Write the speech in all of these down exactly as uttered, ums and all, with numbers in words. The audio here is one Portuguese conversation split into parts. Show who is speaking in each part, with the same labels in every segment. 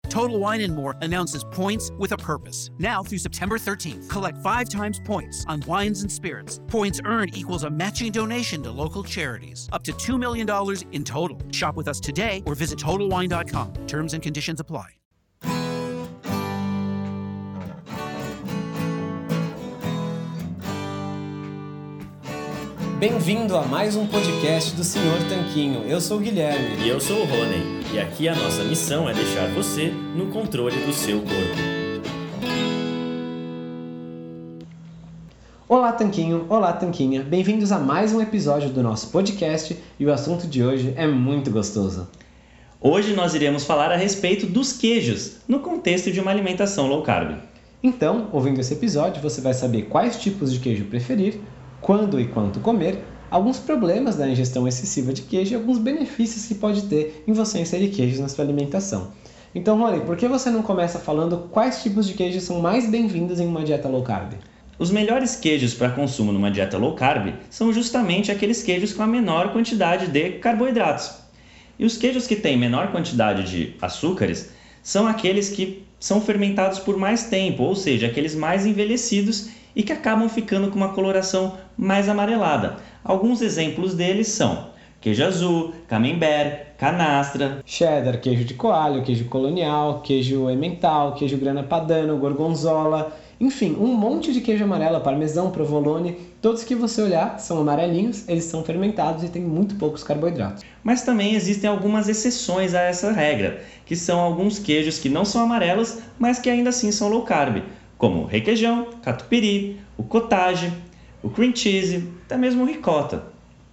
Speaker 1: Total Wine and More announces points with a purpose. Now through September thirteenth, collect five times points on wines and spirits. Points earned equals a matching donation to local charities. Up to two million dollars in total. Shop with us today or visit total wine dot com. Terms and conditions apply.
Speaker 2: Bem-vindo a mais um podcast do senhor Tanquinho. Eu sou o Guilherme.
Speaker 3: E eu sou o Rony. E aqui a nossa missão é deixar você no controle do seu corpo.
Speaker 2: Olá, Tanquinho. Olá, Tanquinha. Bem-vindos a mais um episódio do nosso podcast e o assunto de hoje é muito gostoso.
Speaker 3: Hoje nós iremos falar a respeito dos queijos, no contexto de uma alimentação low carb.
Speaker 2: Então, ouvindo esse episódio, você vai saber quais tipos de queijo preferir, quando e quanto comer, alguns problemas da ingestão excessiva de queijo e alguns benefícios que pode ter em você inserir queijos na sua alimentação. Então, Rony, por que você não começa falando quais tipos de queijos são mais bem-vindos em uma dieta low carb?
Speaker 3: Os melhores queijos para consumo numa dieta low carb são justamente aqueles queijos com a menor quantidade de carboidratos. E os queijos que têm menor quantidade de açúcares são aqueles que são fermentados por mais tempo, ou seja, aqueles mais envelhecidos e que acabam ficando com uma coloração mais amarelada. Alguns exemplos deles são queijo azul, camembert, canastra,
Speaker 2: cheddar, queijo de coalho, queijo colonial, queijo emmental, queijo grana padano, gorgonzola, enfim, um monte de queijo amarelo, parmesão, provolone, todos que você olhar são amarelinhos, eles são fermentados e têm muito poucos carboidratos.
Speaker 3: Mas também existem algumas exceções a essa regra, que são alguns queijos que não são amarelos, mas que ainda assim são low carb, como o requeijão, catupiry, o cottage, o cream cheese, até mesmo o ricota.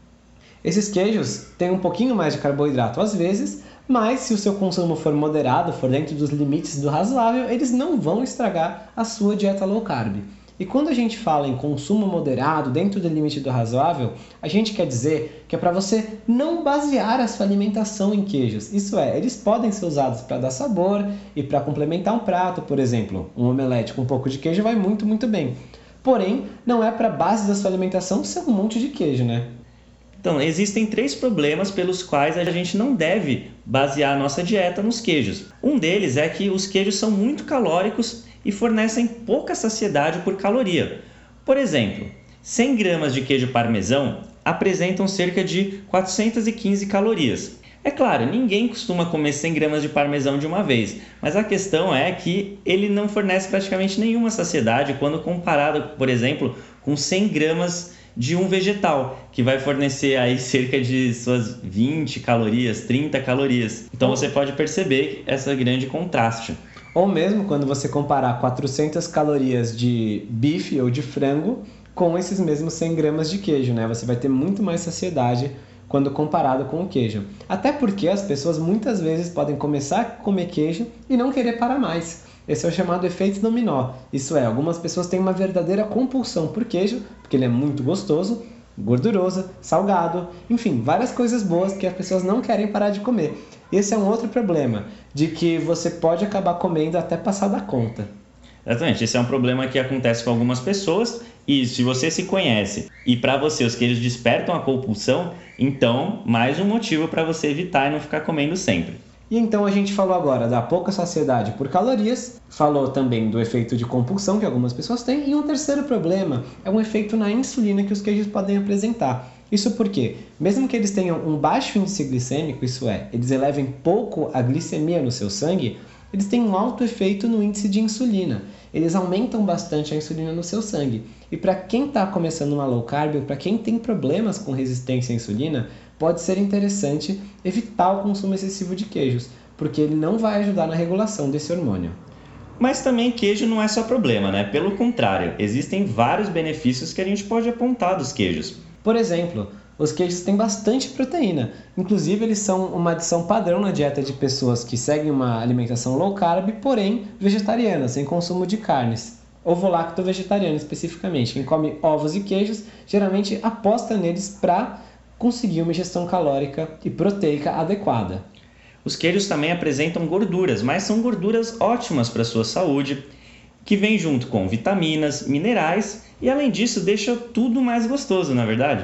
Speaker 2: Esses queijos têm um pouquinho mais de carboidrato às vezes, mas se o seu consumo for moderado, for dentro dos limites do razoável, eles não vão estragar a sua dieta low carb. E quando a gente fala em consumo moderado, dentro do limite do razoável, a gente quer dizer que é para você não basear a sua alimentação em queijos. Isso é, eles podem ser usados para dar sabor e para complementar um prato, por exemplo. Um omelete com um pouco de queijo vai muito, muito bem. Porém, não é para a base da sua alimentação ser um monte de queijo, né?
Speaker 3: Então, existem três problemas pelos quais a gente não deve basear a nossa dieta nos queijos. Um deles é que os queijos são muito calóricos e fornecem pouca saciedade por caloria. Por exemplo, cem gramas de queijo parmesão apresentam cerca de quatrocentas e quinze calorias. É claro, ninguém costuma comer cem gramas de parmesão de uma vez, mas a questão é que ele não fornece praticamente nenhuma saciedade quando comparado, por exemplo, com cem gramas de um vegetal, que vai fornecer aí cerca de suas vinte calorias, trinta calorias. Então você pode perceber esse grande contraste.
Speaker 2: Ou mesmo quando você comparar quatrocentas calorias de bife ou de frango com esses mesmos cem gramas de queijo, né? Você vai ter muito mais saciedade quando comparado com o queijo. Até porque as pessoas muitas vezes podem começar a comer queijo e não querer parar mais. Esse é o chamado efeito dominó. Isso é, algumas pessoas têm uma verdadeira compulsão por queijo, porque ele é muito gostoso, gorduroso, salgado, enfim, várias coisas boas que as pessoas não querem parar de comer. Esse é um outro problema, de que você pode acabar comendo até passar da conta.
Speaker 3: Exatamente, esse é um problema que acontece com algumas pessoas e se você se conhece e para você os queijos despertam a compulsão, então mais um motivo para você evitar e não ficar comendo sempre.
Speaker 2: E então a gente falou agora da pouca saciedade por calorias, falou também do efeito de compulsão que algumas pessoas têm, e um terceiro problema é um efeito na insulina que os queijos podem apresentar. Isso porque, mesmo que eles tenham um baixo índice glicêmico, isso é, eles elevem pouco a glicemia no seu sangue, eles têm um alto efeito no índice de insulina. Eles aumentam bastante a insulina no seu sangue. E para quem está começando uma low carb, ou para quem tem problemas com resistência à insulina, pode ser interessante evitar o consumo excessivo de queijos, porque ele não vai ajudar na regulação desse hormônio.
Speaker 3: Mas também queijo não é só problema, né? Pelo contrário, existem vários benefícios que a gente pode apontar dos queijos.
Speaker 2: Por exemplo, os queijos têm bastante proteína. Inclusive, eles são uma adição padrão na dieta de pessoas que seguem uma alimentação low carb, porém vegetariana, sem consumo de carnes. Ovo-lacto-vegetariano especificamente. Quem come ovos e queijos, geralmente aposta neles para conseguir uma ingestão calórica e proteica adequada.
Speaker 3: Os queijos também apresentam gorduras, mas são gorduras ótimas para a sua saúde, que vem junto com vitaminas, minerais e além disso deixa tudo mais gostoso, não é verdade?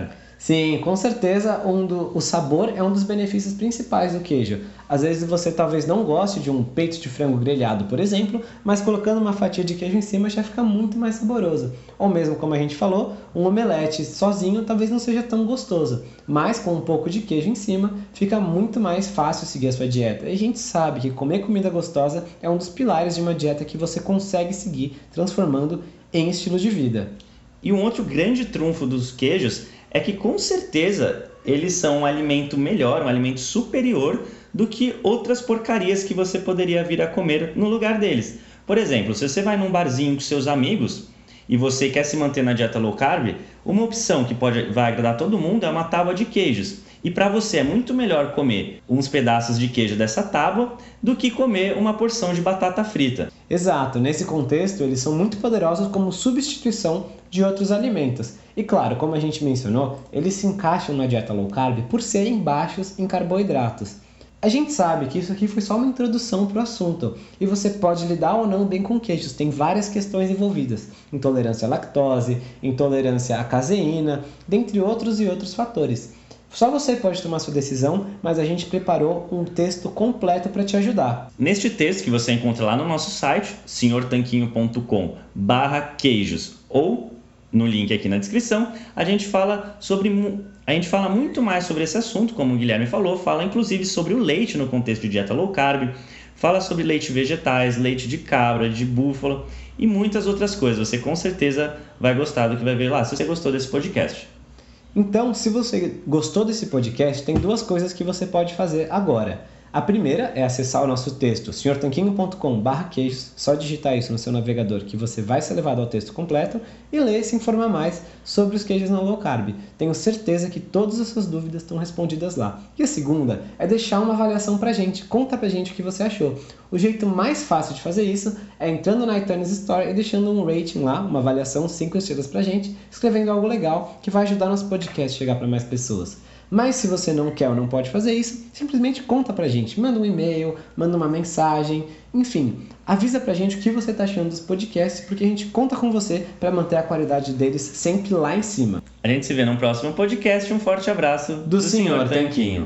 Speaker 2: Sim, com certeza um do, o sabor é um dos benefícios principais do queijo. Às vezes você talvez não goste de um peito de frango grelhado, por exemplo, mas colocando uma fatia de queijo em cima já fica muito mais saboroso. Ou mesmo, como a gente falou, um omelete sozinho talvez não seja tão gostoso, mas com um pouco de queijo em cima fica muito mais fácil seguir a sua dieta. E a gente sabe que comer comida gostosa é um dos pilares de uma dieta que você consegue seguir transformando em estilo de vida.
Speaker 3: E um outro grande trunfo dos queijos é que com certeza eles são um alimento melhor, um alimento superior do que outras porcarias que você poderia vir a comer no lugar deles. Por exemplo, se você vai num barzinho com seus amigos e você quer se manter na dieta low carb, uma opção que pode, vai agradar todo mundo é uma tábua de queijos. E para você é muito melhor comer uns pedaços de queijo dessa tábua do que comer uma porção de batata frita.
Speaker 2: Exato, nesse contexto eles são muito poderosos como substituição de outros alimentos. E claro, como a gente mencionou, eles se encaixam na dieta low carb por serem baixos em carboidratos. A gente sabe que isso aqui foi só uma introdução para o assunto, e você pode lidar ou não bem com queijos, tem várias questões envolvidas, intolerância à lactose, intolerância à caseína, dentre outros e outros fatores. Só você pode tomar sua decisão, mas a gente preparou um texto completo para te ajudar.
Speaker 3: Neste texto que você encontra lá no nosso site, senhor tanquinho ponto com barra queijos, ou no link aqui na descrição, a gente fala sobre a gente fala muito mais sobre esse assunto, como o Guilherme falou, fala inclusive sobre o leite no contexto de dieta low carb, fala sobre leite vegetais, leite de cabra, de búfalo e muitas outras coisas. Você com certeza vai gostar do que vai ver lá, se você gostou desse podcast.
Speaker 2: Então, se você gostou desse podcast, tem duas coisas que você pode fazer agora. A primeira é acessar o nosso texto, senhor tanquinho ponto com barra queijos, só digitar isso no seu navegador que você vai ser levado ao texto completo e ler e se informar mais sobre os queijos não low carb. Tenho certeza que todas as suas dúvidas estão respondidas lá. E a segunda é deixar uma avaliação pra gente, conta pra gente o que você achou. O jeito mais fácil de fazer isso é entrando na iTunes Store e deixando um rating lá, uma avaliação cinco estrelas pra gente, escrevendo algo legal que vai ajudar nosso podcast a chegar para mais pessoas. Mas se você não quer ou não pode fazer isso, simplesmente conta pra gente, manda um e-mail, manda uma mensagem, enfim, avisa pra gente o que você tá achando dos podcasts, porque a gente conta com você para manter a qualidade deles sempre lá em cima.
Speaker 3: A gente se vê no próximo podcast, um forte abraço
Speaker 2: do, do senhor Tanquinho.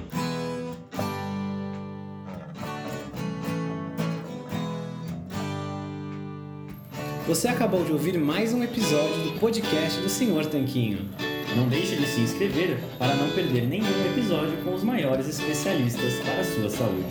Speaker 2: Você acabou de ouvir mais um episódio do podcast do senhor Tanquinho.
Speaker 3: Não deixe de se inscrever para não perder nenhum episódio com os maiores especialistas para a sua saúde.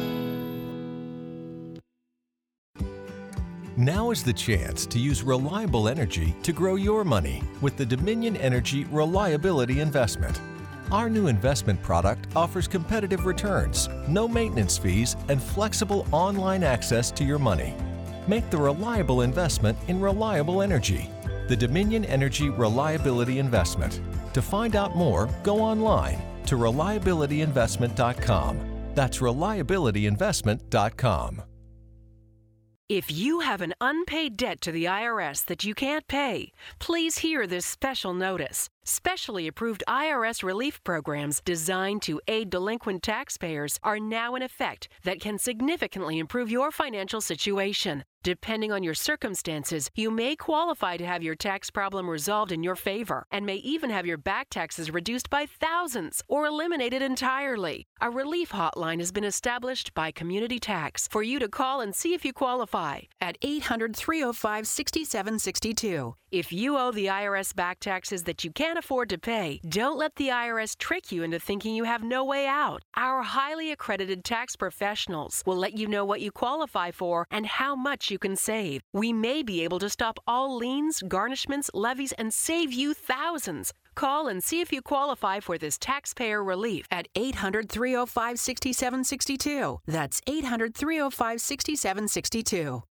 Speaker 4: Now is the chance to use reliable energy to grow your money with the Dominion Energy Reliability Investment. Our new investment product offers competitive returns, no maintenance fees, and flexible online access to your money. Make the reliable investment in reliable energy. The Dominion Energy Reliability Investment. To find out more, go online to reliability investment dot com. That's reliability investment dot com.
Speaker 5: If you have an unpaid debt to the I R S that you can't pay, please hear this special notice. Specially approved I R S relief programs designed to aid delinquent taxpayers are now in effect that can significantly improve your financial situation. Depending on your circumstances, you may qualify to have your tax problem resolved in your favor and may even have your back taxes reduced by thousands or eliminated entirely. A relief hotline has been established by Community Tax for you to call and see if you qualify at eight hundred, three oh five, six seven six two. If you owe the I R S back taxes that you can't afford to pay, don't let the I R S trick you into thinking you have no way out. Our highly accredited tax professionals will let you know what you qualify for and how much you can save. We may be able to stop all liens, garnishments, levies, and save you thousands. Call and see if you qualify for this taxpayer relief at eight hundred, three oh five, six seven six two. That's eight hundred, three oh five, six seven six two.